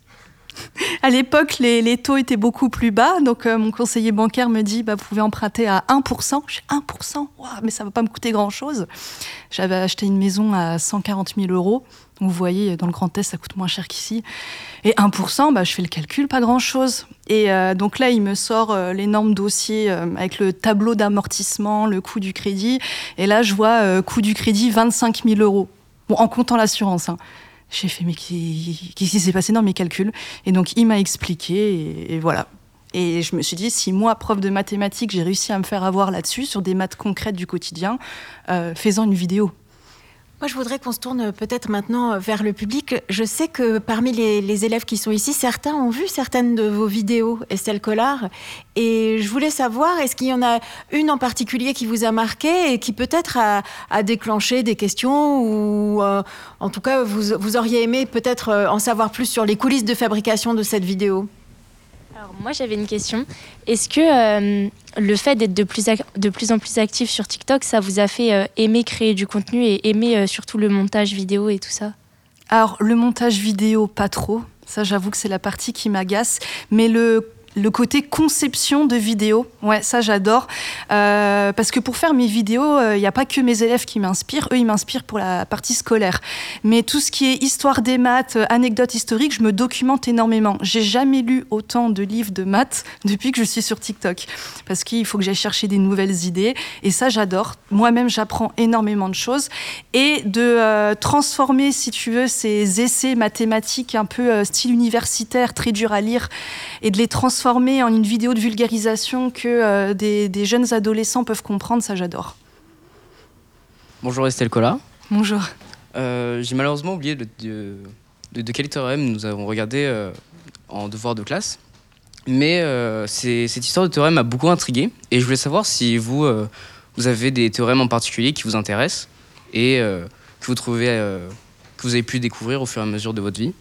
À l'époque, les, les taux étaient beaucoup plus bas, donc euh, mon conseiller bancaire me dit bah, « vous pouvez emprunter à un pour cent ». Je dis « un pour cent, wow, mais ça ne va pas me coûter grand-chose ». J'avais acheté une maison à cent quarante mille euros. Vous voyez, dans le Grand Est, ça coûte moins cher qu'ici. Et un pour cent, bah, je fais le calcul, pas grand-chose. Et euh, donc là, il me sort euh, l'énorme dossier euh, avec le tableau d'amortissement, le coût du crédit. Et là, je vois euh, coût du crédit vingt-cinq mille euros. Bon, en comptant l'assurance, hein. J'ai fait, mais qu'est-ce qui s'est passé dans mes calculs ? Et donc, il m'a expliqué, et, et voilà. Et je me suis dit, si moi, prof de mathématiques, j'ai réussi à me faire avoir là-dessus, sur des maths concrètes du quotidien, euh, faisant une vidéo. Moi, je voudrais qu'on se tourne peut-être maintenant vers le public. Je sais que parmi les, les élèves qui sont ici, certains ont vu certaines de vos vidéos, Estelle Collard. Et je voulais savoir, est-ce qu'il y en a une en particulier qui vous a marqué et qui peut-être a, a déclenché des questions ou euh, en tout cas, vous, vous auriez aimé peut-être en savoir plus sur les coulisses de fabrication de cette vidéo? Alors moi j'avais une question. Est-ce que euh, le fait d'être de plus, ac- de plus en plus actif sur TikTok, ça vous a fait euh, aimer créer du contenu et aimer euh, surtout le montage vidéo et tout ça? Alors le montage vidéo, pas trop. Ça j'avoue que c'est la partie qui m'agace. Mais le... Le côté conception de vidéos, ouais, ça j'adore. Euh, parce que pour faire mes vidéos, il euh, n'y a pas que mes élèves qui m'inspirent. Eux, ils m'inspirent pour la partie scolaire. Mais tout ce qui est histoire des maths, euh, anecdotes historiques, je me documente énormément. J'ai jamais lu autant de livres de maths depuis que je suis sur TikTok. Parce qu'il faut que j'aille chercher des nouvelles idées. Et ça, j'adore. Moi-même, j'apprends énormément de choses. Et de euh, transformer, si tu veux, ces essais mathématiques un peu euh, style universitaire, très dur à lire, et de les transformer en une vidéo de vulgarisation que euh, des, des jeunes adolescents peuvent comprendre, ça j'adore. Bonjour Estelle Collard. Bonjour. Euh, j'ai malheureusement oublié de, de, de, de quel théorème nous avons regardé euh, en devoir de classe. Mais euh, c'est, cette histoire de théorème m'a beaucoup intrigué. Et je voulais savoir si vous, euh, vous avez des théorèmes en particulier qui vous intéressent et euh, que, vous trouvez, euh, que vous avez pu découvrir au fur et à mesure de votre vie.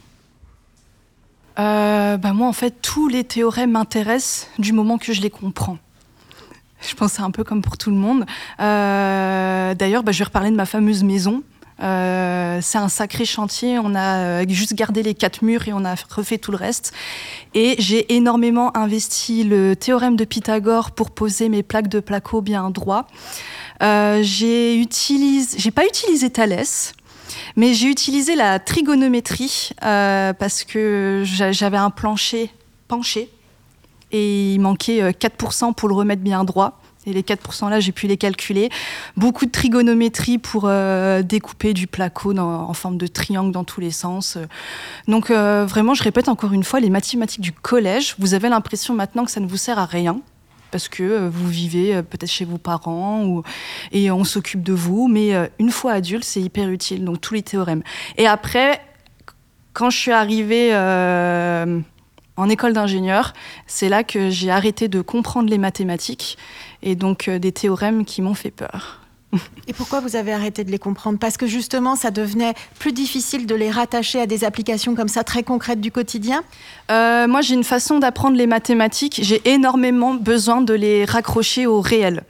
Euh, bah moi, en fait, tous les théorèmes m'intéressent du moment que je les comprends. Je pense que c'est un peu comme pour tout le monde. Euh, d'ailleurs, bah, je vais reparler de ma fameuse maison. Euh, c'est un sacré chantier. On a juste gardé les quatre murs et on a refait tout le reste. Et j'ai énormément investi le théorème de Pythagore pour poser mes plaques de placo bien droit. Euh, j'ai utilisé, j'ai pas utilisé Thalès. Mais j'ai utilisé la trigonométrie euh, parce que j'avais un plancher penché et il manquait quatre pour cent pour le remettre bien droit. Et les quatre pour cent là, j'ai pu les calculer. Beaucoup de trigonométrie pour euh, découper du placo dans, en forme de triangle dans tous les sens. Donc euh, vraiment, je répète encore une fois, les mathématiques du collège, vous avez l'impression maintenant que ça ne vous sert à rien. Parce que vous vivez peut-être chez vos parents ou, et on s'occupe de vous. Mais une fois adulte, c'est hyper utile. Donc, tous les théorèmes. Et après, quand je suis arrivée euh, en école d'ingénieur, c'est là que j'ai arrêté de comprendre les mathématiques et donc euh, des théorèmes qui m'ont fait peur. Et pourquoi vous avez arrêté de les comprendre? Parce que justement, ça devenait plus difficile de les rattacher à des applications comme ça, très concrètes du quotidien? euh, Moi, j'ai une façon d'apprendre les mathématiques. J'ai énormément besoin de les raccrocher au réel.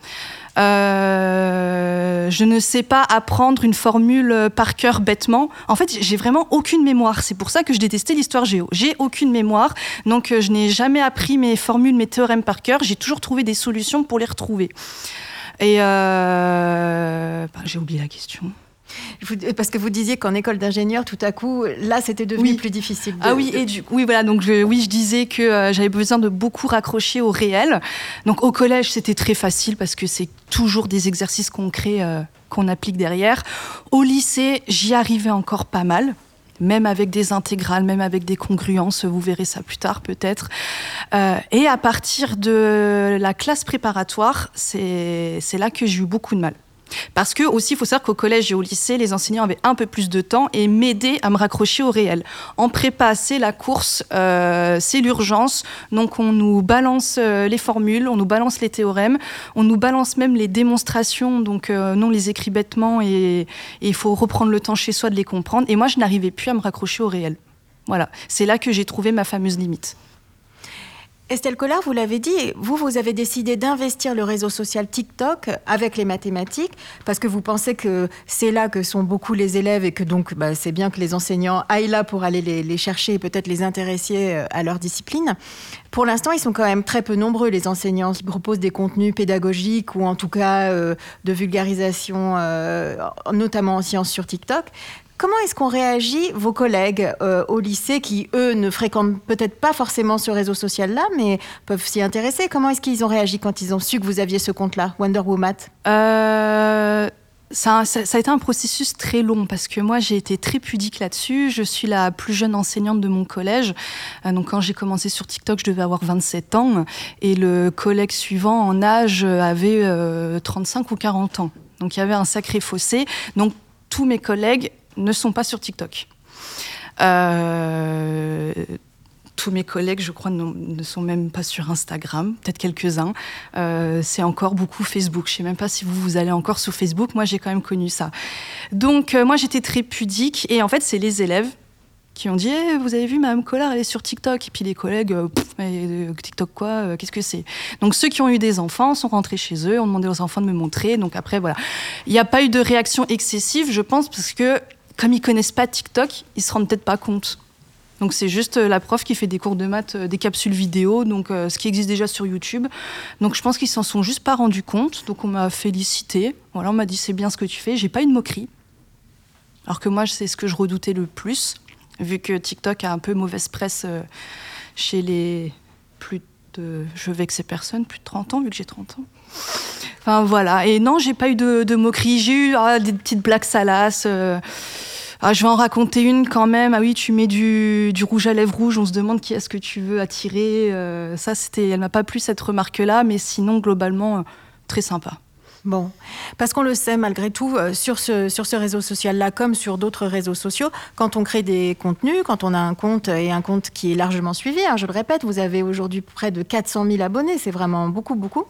Euh, je ne sais pas apprendre une formule par cœur bêtement. En fait, j'ai vraiment aucune mémoire. C'est pour ça que je détestais l'histoire géo. J'ai aucune mémoire, donc je n'ai jamais appris mes formules, mes théorèmes par cœur. J'ai toujours trouvé des solutions pour les retrouver. Et euh... ben, j'ai oublié la question. Parce que vous disiez qu'en école d'ingénieur, tout à coup, là, c'était devenu oui. plus difficile. De... Ah oui, et du oui, voilà. Donc je, oui, je disais que euh, j'avais besoin de beaucoup raccrocher au réel. Donc au collège, c'était très facile parce que c'est toujours des exercices concrets euh, qu'on applique derrière. Au lycée, j'y arrivais encore pas mal. Même avec des intégrales, même avec des congruences, vous verrez ça plus tard peut-être. Euh, et à partir de la classe préparatoire, c'est, c'est là que j'ai eu beaucoup de mal. Parce que aussi, il faut savoir qu'au collège et au lycée, les enseignants avaient un peu plus de temps et m'aidaient à me raccrocher au réel. En prépa, c'est la course, euh, c'est l'urgence. Donc, on nous balance euh, les formules, on nous balance les théorèmes, on nous balance même les démonstrations. Donc, euh, non, les écrits bêtement et il faut reprendre le temps chez soi de les comprendre. Et moi, je n'arrivais plus à me raccrocher au réel. Voilà, c'est là que j'ai trouvé ma fameuse limite. Estelle Collard, vous l'avez dit, vous, vous avez décidé d'investir le réseau social TikTok avec les mathématiques parce que vous pensez que c'est là que sont beaucoup les élèves et que donc bah, c'est bien que les enseignants aillent là pour aller les, les chercher et peut-être les intéresser à leur discipline. Pour l'instant, ils sont quand même très peu nombreux, les enseignants qui proposent des contenus pédagogiques ou en tout cas euh, de vulgarisation, euh, notamment en sciences sur TikTok. Comment est-ce qu'on réagit, vos collègues euh, au lycée, qui, eux, ne fréquentent peut-être pas forcément ce réseau social-là, mais peuvent s'y intéresser? Comment est-ce qu'ils ont réagi quand ils ont su que vous aviez ce compte-là, Wonder Woman? euh, ça, ça, ça a été un processus très long, parce que moi, j'ai été très pudique là-dessus. Je suis la plus jeune enseignante de mon collège. Euh, donc, quand j'ai commencé sur TikTok, je devais avoir vingt-sept ans. Et le collègue suivant en âge avait euh, trente-cinq ou quarante ans. Donc, il y avait un sacré fossé. Donc, tous mes collègues ne sont pas sur TikTok. Euh, tous mes collègues, je crois, ne, ne sont même pas sur Instagram, peut-être quelques-uns. Euh, c'est encore beaucoup Facebook. Je ne sais même pas si vous, vous allez encore sur Facebook. Moi, j'ai quand même connu ça. Donc, euh, moi, j'étais très pudique. Et en fait, c'est les élèves qui ont dit hey, « Vous avez vu, Mme Collard, elle est sur TikTok ». Et puis les collègues euh, « euh, TikTok quoi euh, Qu'est-ce que c'est ?» Donc, ceux qui ont eu des enfants sont rentrés chez eux, ont demandé aux enfants de me montrer. Donc, après, voilà. Il n'y a pas eu de réaction excessive, je pense, parce que comme ils ne connaissent pas TikTok, ils ne se rendent peut-être pas compte. Donc, c'est juste la prof qui fait des cours de maths, des capsules vidéo, donc euh, ce qui existe déjà sur YouTube. Donc, je pense qu'ils s'en sont juste pas rendus compte. Donc, on m'a félicité. Voilà, on m'a dit, c'est bien ce que tu fais. J'ai pas eu de moquerie. Alors que moi, c'est ce que je redoutais le plus, vu que TikTok a un peu mauvaise presse euh, chez les plus de... Je vais avec ces personnes, plus de trente ans, vu que j'ai trente ans. Enfin, voilà. Et non, j'ai pas eu de, de moquerie. J'ai eu ah, des petites blagues salaces. Euh... Ah, je vais en raconter une quand même. Ah oui, tu mets du, du rouge à lèvres rouge, on se demande qui est-ce que tu veux attirer. Euh, ça, c'était, elle m'a pas plu cette remarque-là, mais sinon, globalement, euh, très sympa. Bon, parce qu'on le sait malgré tout, euh, sur, ce, sur ce réseau social-là, comme sur d'autres réseaux sociaux, quand on crée des contenus, quand on a un compte et un compte qui est largement suivi, hein, je le répète, vous avez aujourd'hui près de quatre cent mille abonnés, c'est vraiment beaucoup, beaucoup.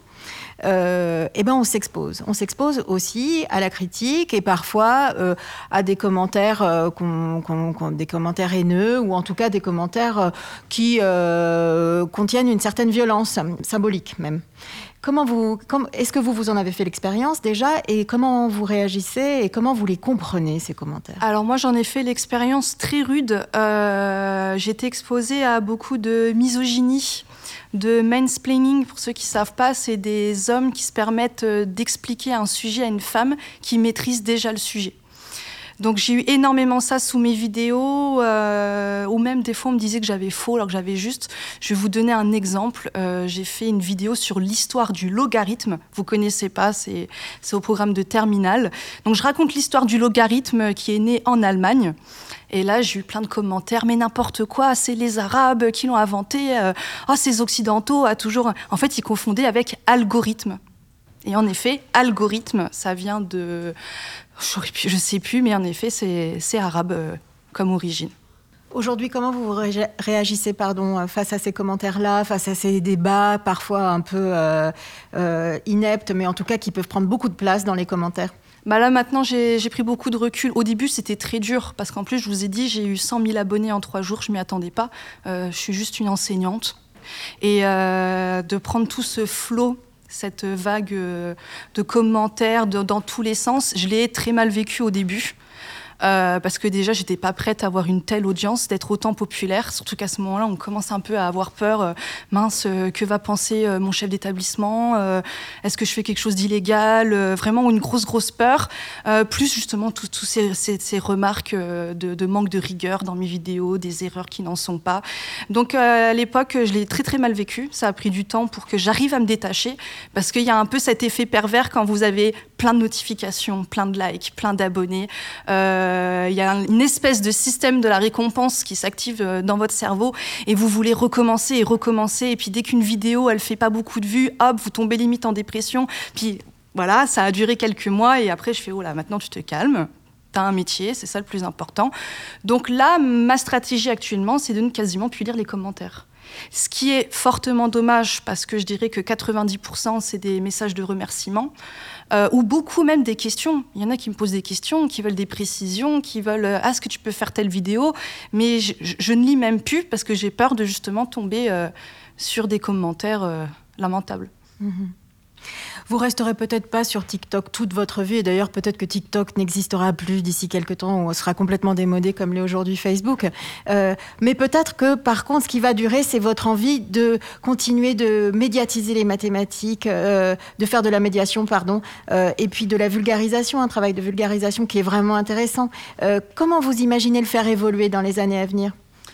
Euh, eh ben on s'expose. On s'expose aussi à la critique et parfois euh, à des commentaires, euh, qu'on, qu'on, qu'on, des commentaires haineux ou en tout cas des commentaires euh, qui euh, contiennent une certaine violence, symbolique même. Comment vous, comme, est-ce que vous, vous en avez fait l'expérience déjà et comment vous réagissez et comment vous les comprenez, ces commentaires ? Alors moi, j'en ai fait l'expérience très rude. Euh, j'ai été exposée à beaucoup de misogynie, de mansplaining. Pour ceux qui ne savent pas, c'est des hommes qui se permettent d'expliquer un sujet à une femme qui maîtrise déjà le sujet. Donc j'ai eu énormément ça sous mes vidéos, euh, ou même des fois on me disait que j'avais faux alors que j'avais juste. Je vais vous donner un exemple. Euh, j'ai fait une vidéo sur l'histoire du logarithme. Vous connaissez pas, c'est, c'est au programme de terminale. Donc je raconte l'histoire du logarithme qui est né en Allemagne. Et là, j'ai eu plein de commentaires. Mais n'importe quoi, c'est les Arabes qui l'ont inventé. Euh, oh, ces Occidentaux, a toujours... En fait, ils confondaient avec algorithme. Et en effet, algorithme, ça vient de... Je ne sais plus, mais en effet, c'est, c'est arabe euh, comme origine. Aujourd'hui, comment vous ré- réagissez pardon, face à ces commentaires-là, face à ces débats parfois un peu euh, euh, ineptes, mais en tout cas qui peuvent prendre beaucoup de place dans les commentaires ? Bah là, maintenant, j'ai, j'ai pris beaucoup de recul. Au début, c'était très dur, parce qu'en plus, je vous ai dit, j'ai eu cent mille abonnés en trois jours, je ne m'y attendais pas. Euh, je suis juste une enseignante. Et euh, de prendre tout ce flot, cette vague de commentaires de, dans tous les sens, je l'ai très mal vécu au début. Euh, parce que déjà, j'étais pas prête à avoir une telle audience, d'être autant populaire. Surtout qu'à ce moment-là, on commence un peu à avoir peur. Euh, mince, euh, que va penser euh, mon chef d'établissement ? euh, Est-ce que je fais quelque chose d'illégal ? euh, Vraiment une grosse, grosse peur. Euh, plus justement, toutes tout ces, ces, ces remarques euh, de, de manque de rigueur dans mes vidéos, des erreurs qui n'en sont pas. Donc, euh, à l'époque, je l'ai très, très mal vécu. Ça a pris du temps pour que j'arrive à me détacher. Parce qu'il y a un peu cet effet pervers quand vous avez plein de notifications, plein de likes, plein d'abonnés. Euh, Il euh, y a une espèce de système de la récompense qui s'active dans votre cerveau et vous voulez recommencer et recommencer. Et puis dès qu'une vidéo, elle fait pas beaucoup de vues, hop, vous tombez limite en dépression. Puis voilà, ça a duré quelques mois et après je fais « Oh là, maintenant tu te calmes, t'as un métier, c'est ça le plus important. » Donc là, ma stratégie actuellement, c'est de ne quasiment plus lire les commentaires. Ce qui est fortement dommage parce que je dirais que quatre-vingt-dix pour cent c'est des messages de remerciement euh, ou beaucoup même des questions. Il y en a qui me posent des questions, qui veulent des précisions, qui veulent euh, « Ah, est-ce que tu peux faire telle vidéo ?» Mais je, je, je ne lis même plus parce que j'ai peur de justement tomber euh, sur des commentaires euh, lamentables. Mmh. Vous resterez peut-être pas sur TikTok toute votre vie, et d'ailleurs peut-être que TikTok n'existera plus d'ici quelques temps, ou on sera complètement démodé comme l'est aujourd'hui Facebook. Euh, mais peut-être que par contre, ce qui va durer, c'est votre envie de continuer de médiatiser les mathématiques, euh, de faire de la médiation, pardon, euh, et puis de la vulgarisation, un travail de vulgarisation qui est vraiment intéressant. Euh, comment vous imaginez le faire évoluer dans les années à venir ?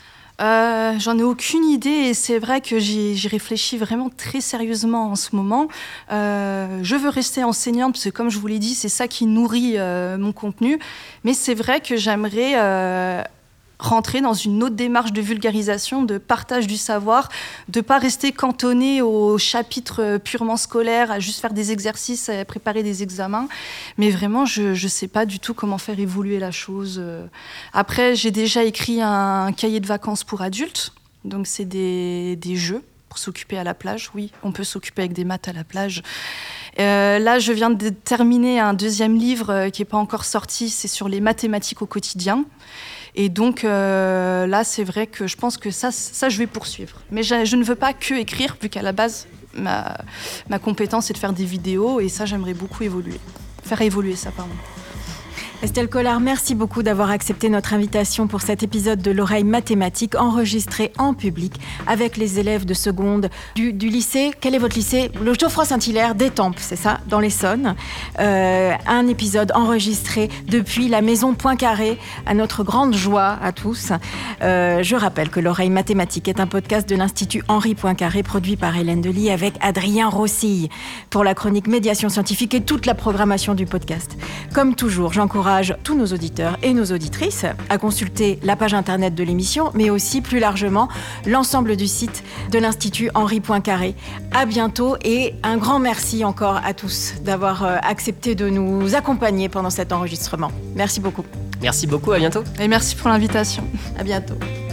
Euh, j'en ai aucune idée et c'est vrai que j'y, j'y réfléchis vraiment très sérieusement en ce moment. Euh, je veux rester enseignante parce que comme je vous l'ai dit, c'est ça qui nourrit euh, mon contenu. Mais c'est vrai que j'aimerais euh, rentrer dans une autre démarche de vulgarisation, de partage du savoir, de ne pas rester cantonné au chapitre purement scolaire, à juste faire des exercices, à préparer des examens. Mais vraiment, je ne sais pas du tout comment faire évoluer la chose. Après, j'ai déjà écrit un cahier de vacances pour adultes. Donc, c'est des, des jeux pour s'occuper à la plage. Oui, on peut s'occuper avec des maths à la plage. Euh, là, je viens de terminer un deuxième livre euh, qui n'est pas encore sorti. C'est sur les mathématiques au quotidien. Et donc, euh, là, c'est vrai que je pense que ça, ça je vais poursuivre. Mais je, je ne veux pas que écrire, vu qu'à la base, ma, ma compétence, c'est de faire des vidéos. Et ça, j'aimerais beaucoup évoluer. Faire évoluer ça, pardon. Estelle Collard, merci beaucoup d'avoir accepté notre invitation pour cet épisode de l'oreille mathématique enregistré en public avec les élèves de seconde du, du lycée. Quel est votre lycée ? Le Geoffroy-Saint-Hilaire d'Étampes, c'est ça, dans l'Essonne. Euh, un épisode enregistré depuis la maison Poincaré, à notre grande joie à tous. Euh, je rappelle que l'oreille mathématique est un podcast de l'Institut Henri Poincaré produit par Hélène Delis avec Adrien Rossille pour la chronique médiation scientifique et toute la programmation du podcast. Comme toujours, j'encourage tous nos auditeurs et nos auditrices à consulter la page internet de l'émission, mais aussi plus largement l'ensemble du site de l'Institut Henri Poincaré. À bientôt et un grand merci encore à tous d'avoir accepté de nous accompagner pendant cet enregistrement. Merci beaucoup. Merci beaucoup, à bientôt. Et merci pour l'invitation. À bientôt.